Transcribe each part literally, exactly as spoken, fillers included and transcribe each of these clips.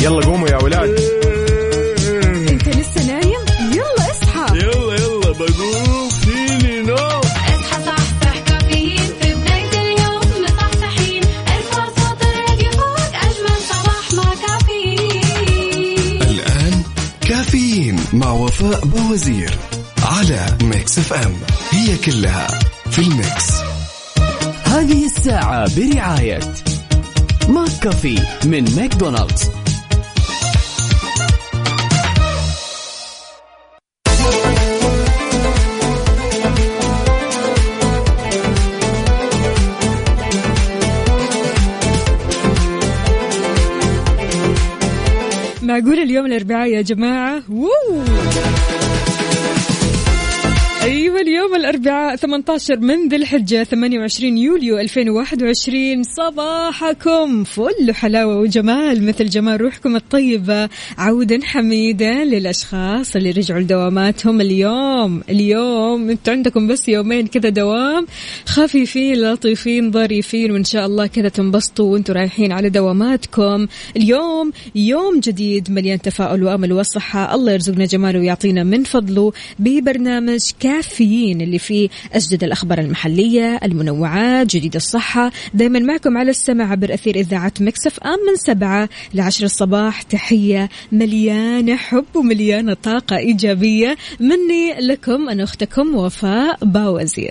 يلا قوموا يا ولاد. انت لسه نايم؟ يلا اصحى. يلا يلا بقوم فيني نوم. اصحى صحصح كافيين في بداية اليوم مصحصحين. ارفع صوت الراديو فوق أجمل صباح مع كافيين. الآن كافيين مع وفاء بوزير على ميكس اف ام. هي كلها في الميكس. هذه الساعة برعاية ماك كافي من ماكدونالدز. معقول اليوم الأربعاء يا جماعة؟ ووو. أيوة اليوم الأربعاء ثمانية عشر من ذي الحجة ثمانية وعشرين يوليو ألفين وواحد وعشرين. صباحكم فل حلاوة وجمال مثل جمال روحكم الطيبة. عودا حميدا للأشخاص اللي رجعوا لدواماتهم اليوم. اليوم انتوا عندكم بس يومين كذا دوام، خفيفين لطيفين ظريفين، وإن شاء الله كذا تنبسطوا وانتوا رايحين على دواماتكم. اليوم يوم جديد مليان تفاؤل وأمل وصحة. الله يرزقنا جماله ويعطينا من فضله ببرنامج كافيين اللي فيه أجدد الأخبار المحلية، المنوعات، جديد الصحة، دايما معكم على السمع عبر أثير إذاعة ميكس اف ام من سبعة لعشر الصباح. تحية مليانة حب ومليانة طاقة إيجابية مني لكم، أنا أختكم وفاء باوزير.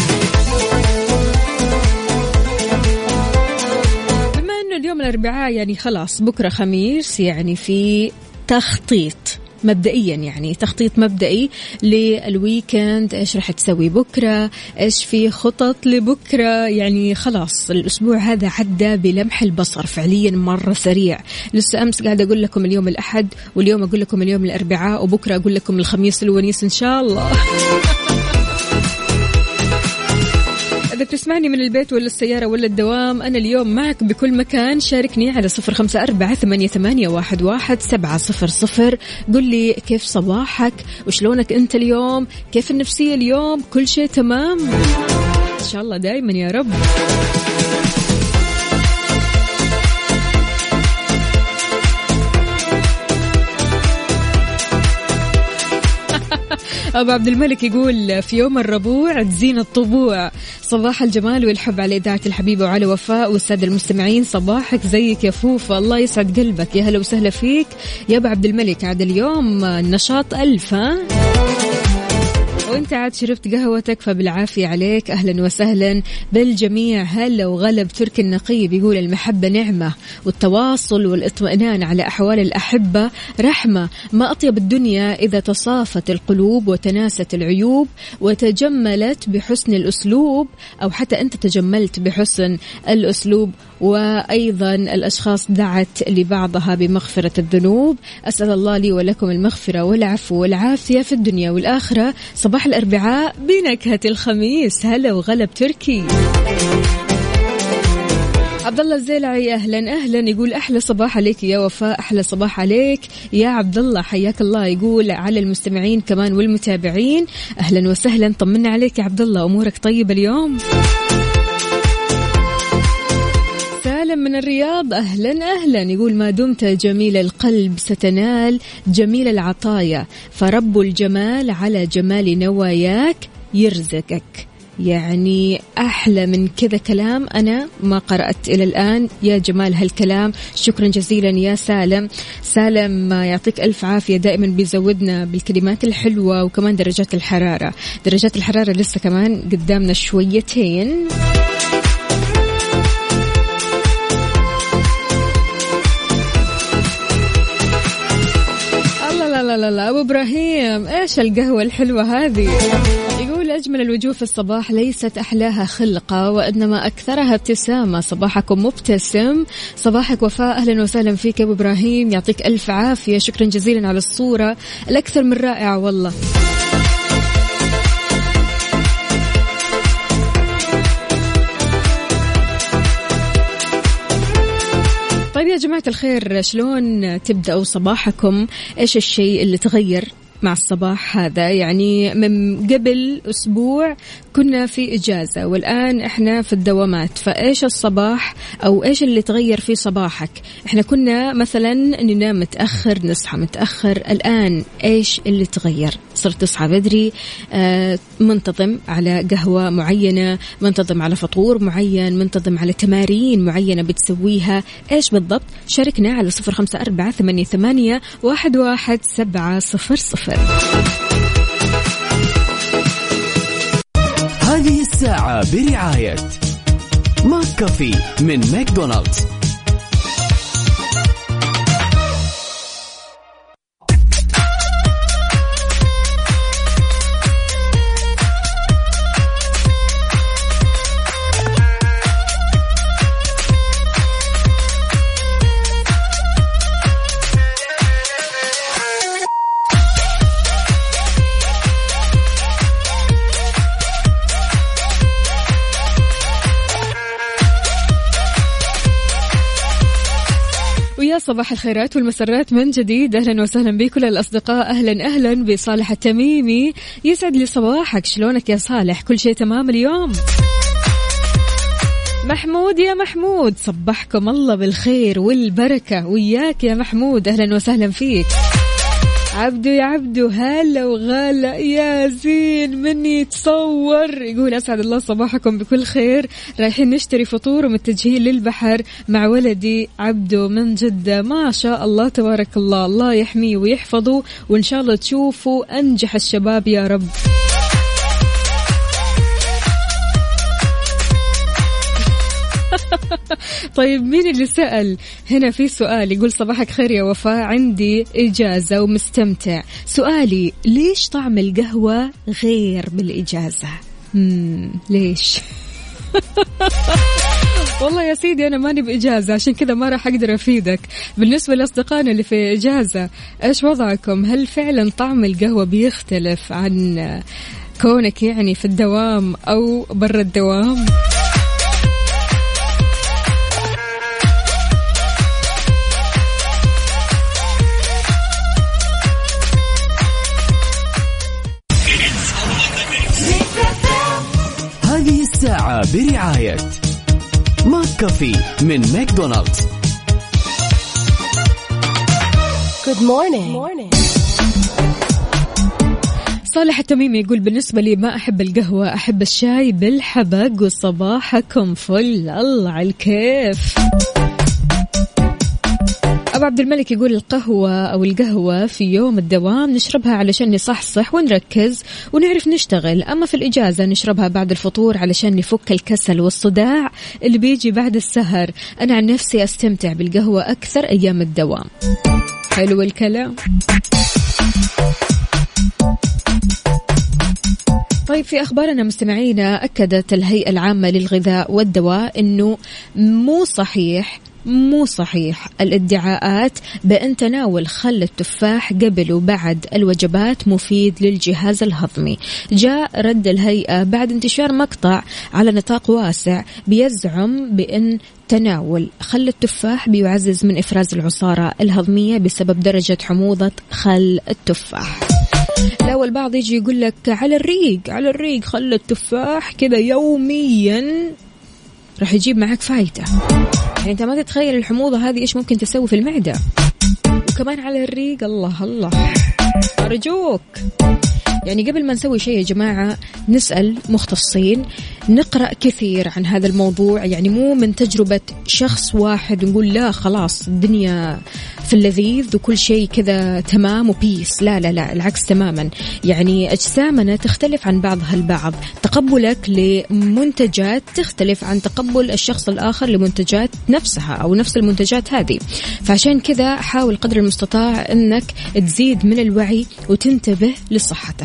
بما أنه اليوم الأربعاء يعني خلاص بكرة خميس، يعني في تخطيط مبدئيا، يعني تخطيط مبدئي للويكند. إيش رح تسوي بكرة؟ إيش في خطط لبكرة؟ يعني خلاص الأسبوع هذا عدى بلمح البصر فعليا مرة سريع. لسه أمس قاعدة أقول لكم اليوم الأحد، واليوم أقول لكم اليوم الأربعاء، وبكرة أقول لكم الخميس الونيس إن شاء الله. إذا بتسمعني من البيت ولا السيارة ولا الدوام، أنا اليوم معك بكل مكان. شاركني على صفر خمسة أربعة ثمانية ثمانية واحد واحد سبعة صفر صفر. قل لي كيف صباحك وشلونك أنت اليوم، كيف النفسية اليوم، كل شيء تمام إن شاء الله دايما يا رب. أبو عبد الملك يقول في يوم الربوع تزين الطبوع. صباح الجمال والحب على إذاعة الحبيبة وعلى وفاء والسادة المستمعين. صباحك زيك يا فوفا، الله يسعد قلبك. يا هلا وسهلا فيك يا أبو عبد الملك. عاد اليوم نشاط ألف ها، وانت عاد شربت قهوتك فبالعافية عليك. أهلا وسهلا بالجميع. هلا وغلب تركي النقي بيقول المحبة نعمة، والتواصل والاطمئنان على أحوال الأحبة رحمة. ما أطيب الدنيا إذا تصافت القلوب وتناست العيوب وتجملت بحسن الأسلوب، أو حتى أنت تجملت بحسن الأسلوب. وأيضا الأشخاص دعت لبعضها بمغفرة الذنوب. أسأل الله لي ولكم المغفرة والعفو والعافية في الدنيا والآخرة. صباح الأربعاء بنكهة الخميس. هلا وغلب تركي. عبد الله الزيلعي أهلا أهلا، يقول أحلى صباح عليك يا وفاء. أحلى صباح عليك يا عبد الله، حياك الله. يقول على المستمعين كمان والمتابعين أهلا وسهلا. طمنا عليك يا عبد الله، أمورك طيبة اليوم؟ سالم من الرياض أهلا أهلا، يقول ما دمت جميل القلب ستنال جميل العطايا، فرب الجمال على جمال نواياك يرزقك. يعني أحلى من كذا كلام أنا ما قرأت إلى الآن. يا جمال هالكلام، شكرا جزيلا يا سالم. سالم يعطيك ألف عافية، دائما بيزودنا بالكلمات الحلوة. وكمان درجات الحرارة، درجات الحرارة لسه كمان قدامنا شويتين. لا لا لا أبو إبراهيم إيش القهوة الحلوة هذه؟ يقول أجمل الوجوه في الصباح ليست أحلاها خلقة وإنما أكثرها ابتسامة. صباحكم مبتسم. صباحك وفاء، أهلا وسهلا فيك أبو إبراهيم، يعطيك ألف عافية. شكرا جزيلا على الصورة الأكثر من رائعة والله. طيب يا جماعة الخير، شلون تبدأوا صباحكم؟ إيش الشيء اللي تغير مع الصباح هذا. يعني من قبل أسبوع كنا في إجازة والآن إحنا في الدوامات، فإيش الصباح أو إيش اللي تغير في صباحك؟ إحنا كنا مثلا ننام متأخر نصحى متأخر، الآن إيش اللي تغير؟ صرت تصحى بدري، آه منتظم على قهوة معينة، منتظم على فطور معين، منتظم على تمارين معينة بتسويها، إيش بالضبط؟ شاركنا على صفر خمسة أربعة ثمانية ثمانية واحد واحد سبعة صفر صفر. هذه الساعة برعاية ماك كافي من ماكدونالدز. يا صباح الخيرات والمسرات من جديد، أهلا وسهلا بكل الأصدقاء. أهلا أهلا بصالح التميمي، يسعد لي صباحك. شلونك يا صالح؟ كل شيء تمام اليوم؟ محمود يا محمود، صبحكم الله بالخير والبركة وياك يا محمود، أهلا وسهلا فيك. عبدو يا عبدو، هلا وغلا يا زين مني يتصور، يقول أسعد الله صباحكم بكل خير، رايحين نشتري فطور ومتجهين للبحر مع ولدي عبدو من جدة. ما شاء الله تبارك الله، الله يحميه ويحفظه، وإن شاء الله تشوفوا أنجح الشباب يا رب. طيب مين اللي سأل هنا؟ في سؤال يقول صباحك خير يا وفاء، عندي إجازة ومستمتع. سؤالي ليش طعم القهوة غير بالإجازة؟ مم ليش؟ والله يا سيدي أنا ماني بإجازة عشان كذا ما راح أقدر أفيدك. بالنسبة لأصدقائنا اللي في إجازة إيش وضعكم؟ هل فعلا طعم القهوة بيختلف عن كونك يعني في الدوام أو برا الدوام؟ هذه الساعة برعاية ماك كافي من ماكدونالدز. Good morning. صالح التميمي يقول بالنسبة لي ما أحب القهوة، أحب الشاي بالحبق، وصباحكم فل. الله على الكيف. أبو عبد الملك يقول القهوة أو القهوة في يوم الدوام نشربها علشان نصحصح ونركز ونعرف نشتغل، أما في الإجازة نشربها بعد الفطور علشان نفك الكسل والصداع اللي بيجي بعد السهر. أنا عن نفسي أستمتع بالقهوة أكثر أيام الدوام. حلو الكلام. طيب في أخبارنا مستمعينا، أكدت الهيئة العامة للغذاء والدواء أنه مو صحيح مو صحيح الادعاءات بأن تناول خل التفاح قبل وبعد الوجبات مفيد للجهاز الهضمي. جاء رد الهيئة بعد انتشار مقطع على نطاق واسع بيزعم بأن تناول خل التفاح بيعزز من إفراز العصارة الهضمية بسبب درجة حموضة خل التفاح. لا والبعض يجي يقول لك على الريق على الريق خل التفاح كذا يوميا راح يجيب معك فايدة. يعني أنت ما تتخيل الحموضة هذه إيش ممكن تسوي في المعدة، وكمان على الريق. الله الله أرجوك. يعني قبل ما نسوي شيء يا جماعة نسأل مختصين، نقرأ كثير عن هذا الموضوع، يعني مو من تجربة شخص واحد نقول لا خلاص الدنيا في اللذيذ وكل شيء كذا تمام وبيس. لا لا لا العكس تماما. يعني أجسامنا تختلف عن بعضها البعض، تقبلك لمنتجات تختلف عن تقبل الشخص الآخر لمنتجات نفسها أو نفس المنتجات هذه. فعشان كذا حاول قدر المستطاع أنك تزيد من الوعي وتنتبه لصحتك.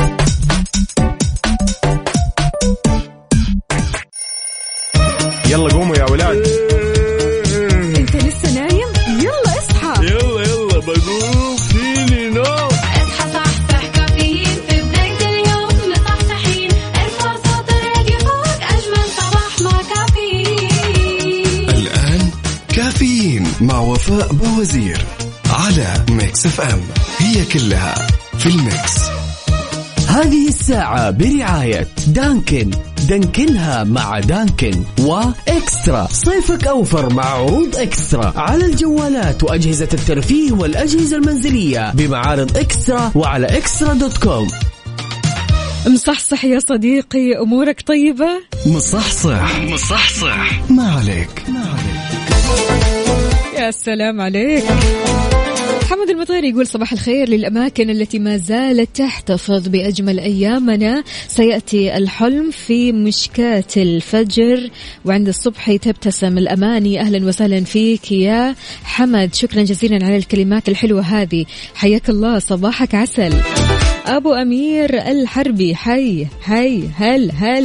يلا قوموا يا ولاد. انت لسه نايم؟ يلا اصحى. يلا يلا بقوم فيني نوم. اصحى صحصح كافيين في بداية اليوم مصحصحين، ارفع صوت الراديو فوق أجمل صباح مع كافيين. الآن كافيين مع وفاء بوزير على ميكس اف ام، هي كلها في الميكس. هذه الساعة برعاية دانكن، دانكنها مع دانكن، وإكسترا، صيفك أوفر مع عروض إكسترا على الجوالات وأجهزة الترفيه والأجهزة المنزلية بمعارض إكسترا وعلى إكسترا دوت كوم. مصحصح يا صديقي، أمورك طيبة؟ مصحصح مصحصح ما عليك ما عليك. يا سلام عليك. محمد المطيري يقول صباح الخير. للأماكن التي ما زالت تحتفظ بأجمل أيامنا سيأتي الحلم في مشكات الفجر، وعند الصبح تبتسم الأماني. أهلا وسهلا فيك يا حمد، شكرا جزيلا على الكلمات الحلوة هذه، حياك الله، صباحك عسل. أبو أمير الحربي، حي حي هل هل.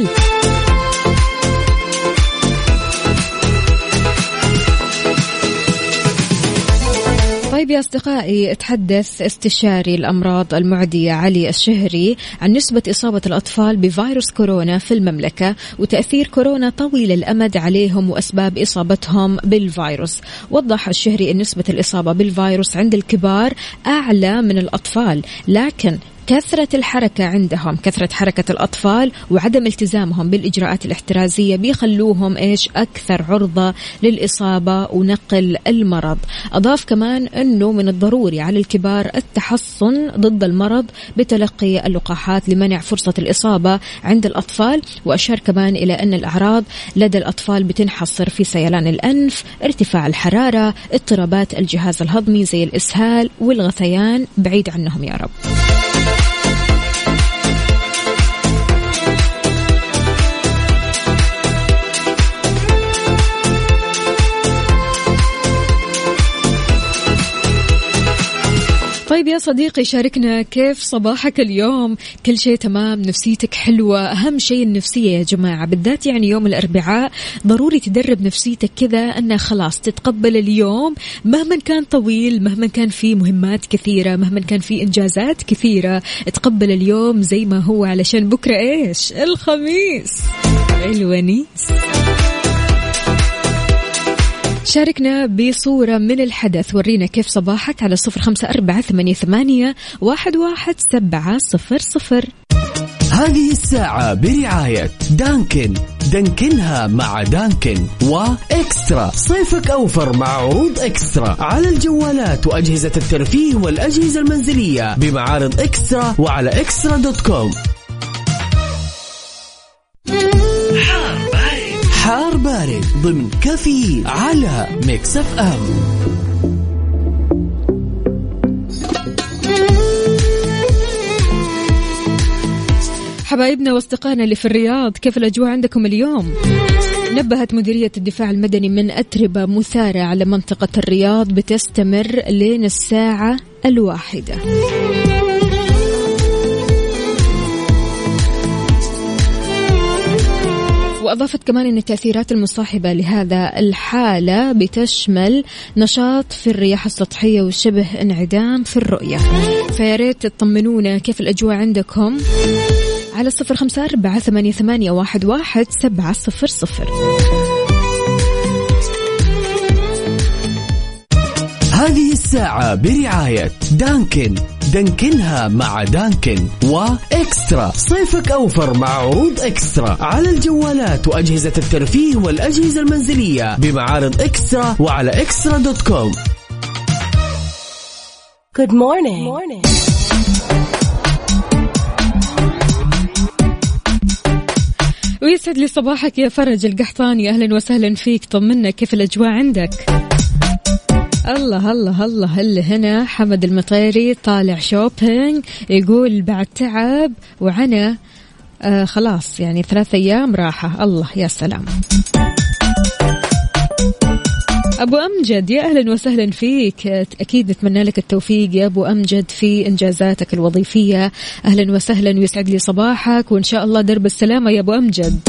طيب يا أصدقائي، تحدث استشاري الأمراض المعدية علي الشهري عن نسبة إصابة الأطفال بفيروس كورونا في المملكة وتأثير كورونا طويل الأمد عليهم وأسباب إصابتهم بالفيروس. وضح الشهري أن نسبة الإصابة بالفيروس عند الكبار أعلى من الأطفال، لكن كثرة الحركة عندهم، كثرة حركة الأطفال وعدم التزامهم بالإجراءات الاحترازية بيخلوهم إيش أكثر عرضة للإصابة ونقل المرض. أضاف كمان أنه من الضروري على الكبار التحصن ضد المرض بتلقي اللقاحات لمنع فرصة الإصابة عند الأطفال. وأشار كمان إلى أن الأعراض لدى الأطفال بتنحصر في سيلان الأنف، ارتفاع الحرارة، اضطرابات الجهاز الهضمي زي الإسهال والغثيان، بعيد عنهم يا رب. طيب يا صديقي، شاركنا كيف صباحك اليوم؟ كل شيء تمام؟ نفسيتك حلوة؟ أهم شيء النفسية يا جماعة، بالذات يعني يوم الأربعاء ضروري تدرب نفسيتك كذا أنها خلاص تتقبل اليوم مهما كان طويل، مهما كان فيه مهمات كثيرة، مهما كان فيه إنجازات كثيرة، تقبل اليوم زي ما هو، علشان بكرة إيش؟ الخميس الونيس. شاركنا بصورة من الحدث، ورينا كيف صباحك على صفر خمسة أربعة ثمانية ثمانية واحد واحد سبعة صفر صفر. هذه الساعة برعاية دانكن، دانكنها مع دانكن، وإكسترا، صيفك أوفر مع عروض إكسترا على الجوالات وأجهزة الترفيه والأجهزة المنزلية بمعارض إكسترا وعلى إكسترا دوت كوم. حار بارد ضمن كافيين على ميكس اف ام. حبايبنا واصدقائنا اللي في الرياض، كيف الأجواء عندكم اليوم؟ نبهت مديرية الدفاع المدني من أتربة مثارة على منطقة الرياض بتستمر لين الساعة الواحدة. وأضافت كمان أن التأثيرات المصاحبة لهذا الحالة بتشمل نشاط في الرياح السطحية وشبه انعدام في الرؤية. فياريت تطمنونا كيف الأجواء عندكم على صفر خمسة أربعة ثمانية ثمانية واحد واحد سبعة صفر صفر. هذه الساعة برعاية دانكن، دانكنها مع دانكن، وإكسترا، صيفك أوفر مع عروض إكسترا على الجوالات وأجهزة الترفيه والأجهزة المنزلية بمعارض إكسترا وعلى إكسترا دوت كوم. Good morning. Good morning. ويسعد لي صباحك يا فرج القحطاني، أهلا وسهلا فيك، طمنا كيف الأجواء عندك؟ الله الله الله. اللي هنا حمد المطيري طالع شوبينج، يقول بعد تعب وعنا آه خلاص يعني ثلاث أيام راحة. الله يا سلام. أبو أمجد يا أهلا وسهلا فيك، أكيد نتمنى لك التوفيق يا أبو أمجد في إنجازاتك الوظيفية، أهلا وسهلا ويسعد لي صباحك، وإن شاء الله درب السلامة يا أبو أمجد.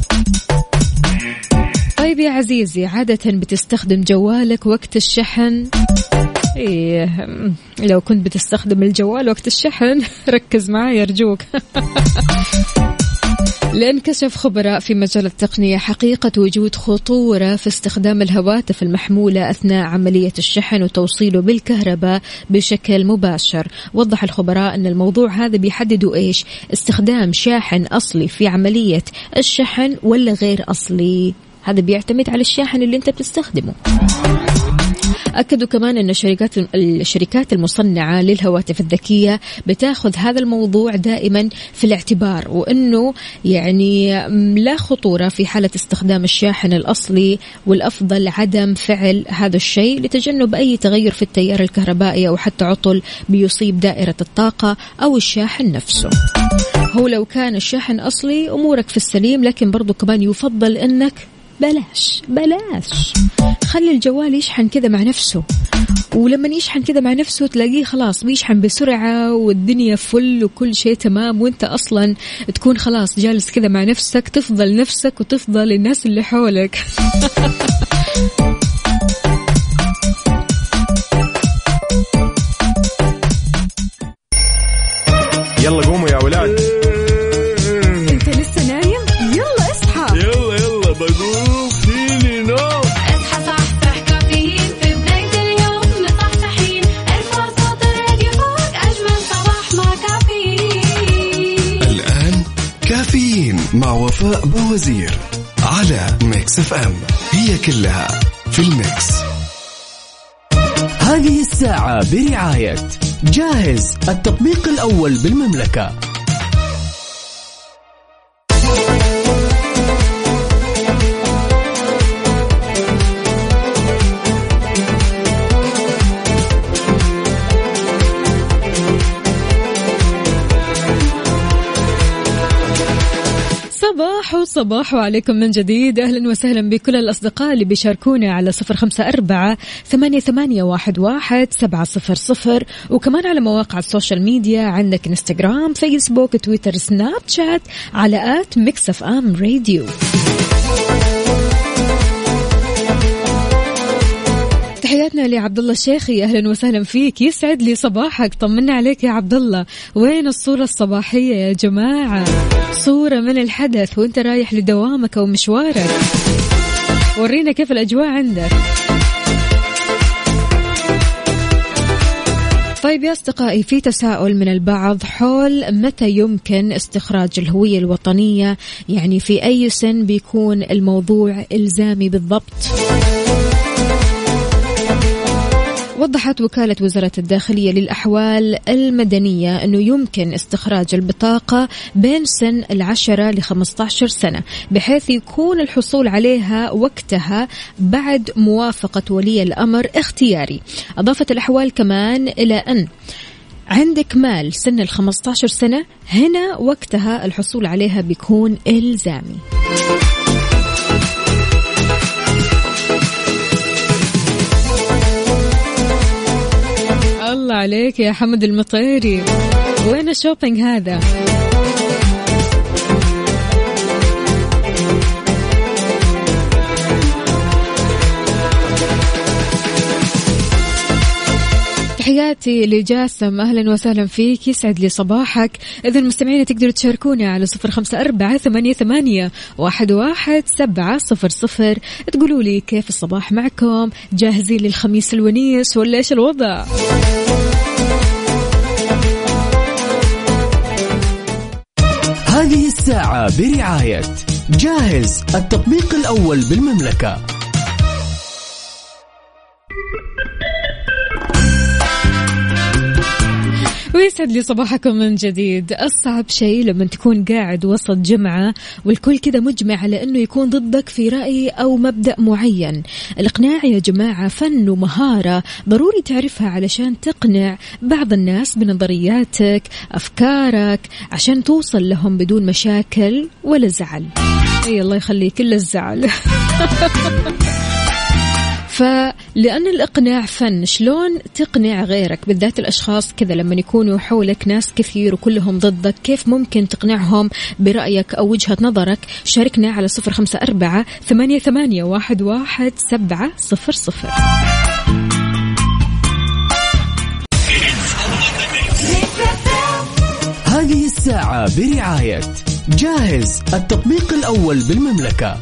طيب يا عزيزي، عادة بتستخدم جوالك وقت الشحن؟ إيه، لو كنت بتستخدم الجوال وقت الشحن ركز معي أرجوك. لأن كشف خبراء في مجال التقنية حقيقة وجود خطورة في استخدام الهواتف المحمولة أثناء عملية الشحن وتوصيله بالكهرباء بشكل مباشر. وضح الخبراء أن الموضوع هذا بيحددوا إيش استخدام شاحن أصلي في عملية الشحن ولا غير أصلي. هذا بيعتمد على الشاحن اللي أنت بتستخدمه. أكدوا كمان أن الشركات الشركات المصنعة للهواتف الذكية بتاخذ هذا الموضوع دائما في الاعتبار، وأنه يعني لا خطورة في حالة استخدام الشاحن الأصلي، والأفضل عدم فعل هذا الشيء لتجنب أي تغير في التيار الكهربائي أو حتى عطل بيصيب دائرة الطاقة أو الشاحن نفسه. هو لو كان الشاحن أصلي أمورك في السليم، لكن برضو كمان يفضل أنك بلاش بلاش خلي الجوال يشحن كذا مع نفسه، ولما يشحن كذا مع نفسه تلاقيه خلاص بيشحن بسرعة والدنيا فل وكل شيء تمام، وانت أصلا تكون خلاص جالس كذا مع نفسك، تفضل نفسك وتفضل الناس اللي حولك. يلا قوموا يا ولاد. انت لسه نايم؟ يلا اصحى. يلا يلا بقوم فيني نوم. اصحى صحصح كافيين في بداية اليوم مصحصحين ارفع صوت الراديو فوق أجمل صباح مع كافيين. الآن كافيين مع وفاء بوزير على ميكس اف ام، هي كلها في الميكس. هذه الساعة برعاية جاهز، التطبيق الأول بالمملكة. صباح صباح عليكم من جديد. أهلا وسهلا بكل الأصدقاء اللي بيشاركونا على صفر خمسة أربعة ثمانية ثمانية واحد واحد سبعة صفر صفر، وكمان على مواقع السوشيال ميديا عندك انستغرام فيسبوك تويتر سناب شات على آت ميكس اف ام راديو. تحياتنا لعبد الله الشيخي، اهلا وسهلا فيك، يسعد لي صباحك. طمنا عليك يا عبد الله، وين الصورة الصباحية يا جماعة؟ صورة من الحدث وانت رايح لدوامك او مشوارك، ورينا كيف الاجواء عندك. طيب يا أصدقائي، في تساؤل من البعض حول متى يمكن استخراج الهوية الوطنية، يعني في أي سن بيكون الموضوع إلزامي بالضبط؟ وضحت وكالة وزارة الداخلية للأحوال المدنية أنه يمكن استخراج البطاقة بين سن العشرة لخمسة عشر سنة، بحيث يكون الحصول عليها وقتها بعد موافقة ولي الأمر اختياري. أضافت الأحوال كمان إلى أن عند إكمال سن الخمسة عشر سنة هنا وقتها الحصول عليها بيكون إلزامي. الله عليك يا حمد المطيري، وين الشوبينج هذا؟ تحياتي لجاسم، أهلا وسهلا فيك، يسعد لي صباحك. إذا المستمعين تقدروا تشاركونا على صفر خمسة أربعة ثمانية ثمانية واحد واحد سبعة صفر صفر، تقولوا لي كيف الصباح معكم، جاهزين للخميس الونيس ولا إيش الوضع؟ هذه الساعة برعاية جاهز، التطبيق الأول بالمملكة. ويسعد لي صباحكم من جديد. أصعب شيء لما تكون قاعد وسط جمعة والكل كذا مجمع على أنه يكون ضدك في رأي أو مبدأ معين. الإقناع يا جماعة فن ومهارة ضروري تعرفها علشان تقنع بعض الناس بنظرياتك أفكارك عشان توصل لهم بدون مشاكل ولا زعل. أي الله يخليك إلا الزعل. فلأن الإقناع فن، شلون تقنع غيرك بالذات الأشخاص كذا لما يكونوا حولك ناس كثير وكلهم ضدك، كيف ممكن تقنعهم برأيك أو وجهة نظرك؟ شاركنا على صفر خمسة أربعة ثمانية ثمانية واحد واحد سبعة صفر صفر. هذه الساعة برعاية جاهز، التطبيق الأول بالمملكة.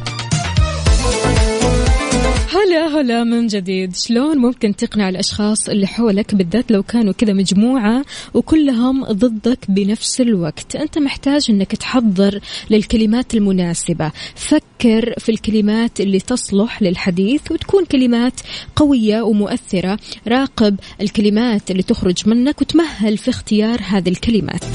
هلا هلا من جديد. شلون ممكن تقنع الأشخاص اللي حولك بالذات لو كانوا كذا مجموعة وكلهم ضدك بنفس الوقت؟ أنت محتاج أنك تحضر للكلمات المناسبة. فكر في الكلمات اللي تصلح للحديث وتكون كلمات قوية ومؤثرة. راقب الكلمات اللي تخرج منك وتمهل في اختيار هذه الكلمات.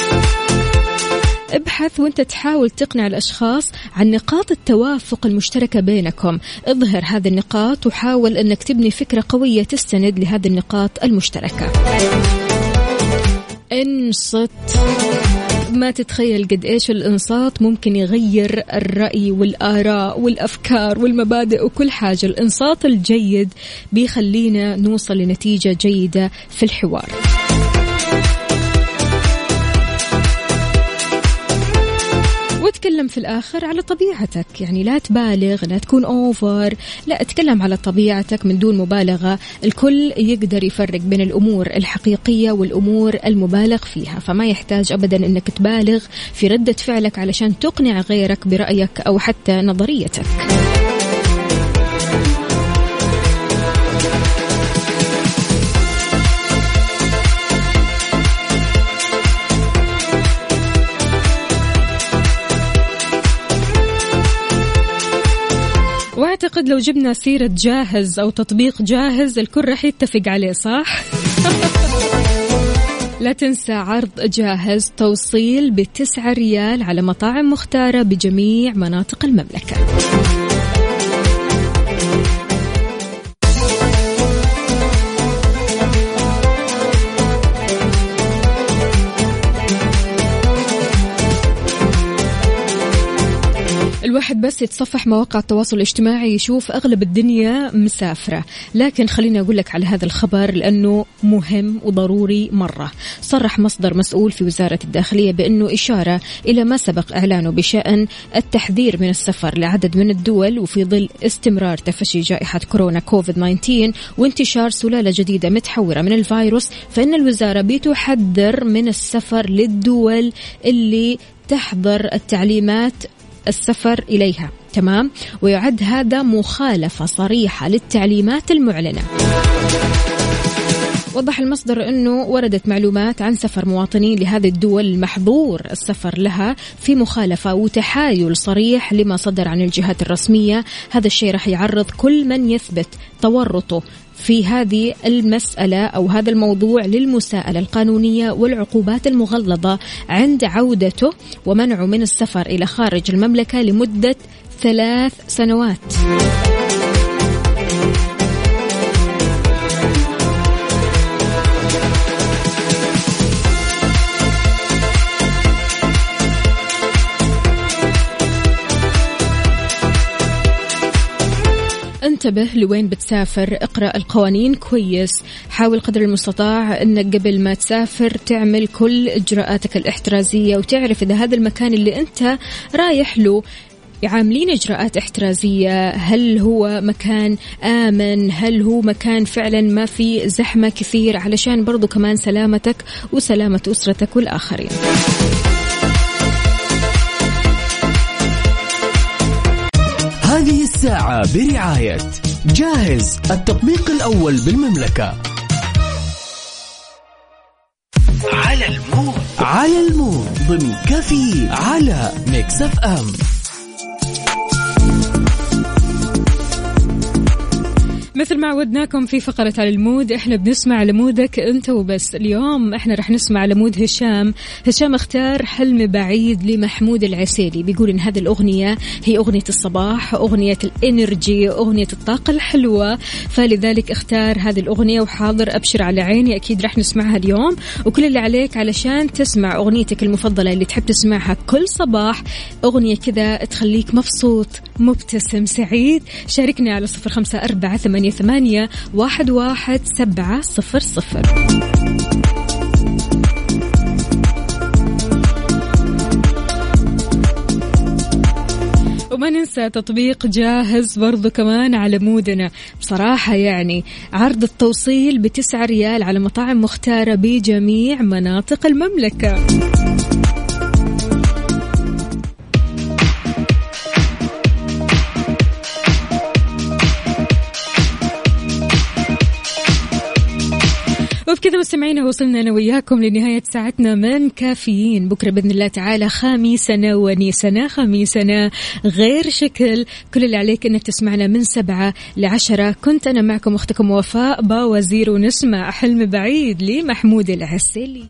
ابحث وانت تحاول تقنع الأشخاص عن نقاط التوافق المشتركة بينكم. اظهر هذه النقاط وحاول أنك تبني فكرة قوية تستند لهذه النقاط المشتركة. انصت. ما تتخيل قد إيش الإنصات ممكن يغير الرأي والآراء والأفكار والمبادئ وكل حاجة. الإنصات الجيد بيخلينا نوصل لنتيجة جيدة في الحوار. وتكلم في الآخر على طبيعتك، يعني لا تبالغ، لا تكون أوفر، لا اتكلم على طبيعتك من دون مبالغة. الكل يقدر يفرق بين الأمور الحقيقية والأمور المبالغ فيها، فما يحتاج أبدا أنك تبالغ في ردة فعلك علشان تقنع غيرك برأيك أو حتى نظريتك. واعتقد لو جبنا سيرة جاهز أو تطبيق جاهز الكل رح يتفق عليه، صح؟ لا تنسى عرض جاهز، توصيل بتسعة ريال على مطاعم مختارة بجميع مناطق المملكة. الواحد بس يتصفح مواقع التواصل الاجتماعي يشوف أغلب الدنيا مسافرة، لكن خليني أقول لك على هذا الخبر لأنه مهم وضروري مرة. صرح مصدر مسؤول في وزارة الداخلية بأنه إشارة إلى ما سبق إعلانه بشأن التحذير من السفر لعدد من الدول، وفي ظل استمرار تفشي جائحة كورونا كوفيد تسعة عشر وانتشار سلالة جديدة متحورة من الفيروس، فإن الوزارة بتحذر من السفر للدول اللي تحظر التعليمات السفر إليها. تمام؟ ويعد هذا مخالفة صريحة للتعليمات المعلنة. وضح المصدر أنه وردت معلومات عن سفر مواطنين لهذه الدول المحظور السفر لها في مخالفة وتحايل صريح لما صدر عن الجهات الرسمية. هذا الشيء رح يعرض كل من يثبت تورطه في هذه المسألة أو هذا الموضوع للمساءلة القانونية والعقوبات المغلظة عند عودته ومنعه من السفر إلى خارج المملكة لمدة ثلاث سنوات. انتبه لوين بتسافر، اقرأ القوانين كويس، حاول قدر المستطاع انك قبل ما تسافر تعمل كل اجراءاتك الاحترازية وتعرف اذا هذا المكان اللي انت رايح له عاملين اجراءات احترازية، هل هو مكان آمن، هل هو مكان فعلا ما في زحمة كثير، علشان برضو كمان سلامتك وسلامة أسرتك والآخرين. هذه الساعة برعاية جاهز، التطبيق الأول بالمملكة. على المود على المود ضمن كفي على ميكس اف ام. مثل ما عودناكم في فقرة على المود، احنا بنسمع لمودك انت وبس. اليوم احنا رح نسمع لمود هشام. هشام اختار حلم بعيد لمحمود العسيلي، بيقول ان هذه الاغنية هي اغنية الصباح، اغنية الانرجي، اغنية الطاقة الحلوة، فلذلك اختار هذه الاغنية. وحاضر ابشر على عيني، اكيد رح نسمعها اليوم. وكل اللي عليك علشان تسمع اغنيتك المفضلة اللي تحب تسمعها كل صباح، اغنية كذا تخليك مبسوط مبتسم سعيد، شاركني على صفر خمسة أربعة ثمانية ثمانية واحد واحد سبعة صفر صفر. وما ننسى تطبيق جاهز برضو كمان على مودنا. بصراحة يعني عرض التوصيل بتسعة ريال على مطاعم مختارة بجميع مناطق المملكة. وبكذا مستمعينا وصلنا أنا وياكم لنهاية ساعتنا من كافيين. بكرة بإذن الله تعالى خميسنا ونيسنا، خميسنا غير شكل. كل اللي عليك أنك تسمعنا من سبعة لعشرة. كنت أنا معكم أختكم وفاء باوزير، ونسمع حلم بعيد لمحمود العسيلي.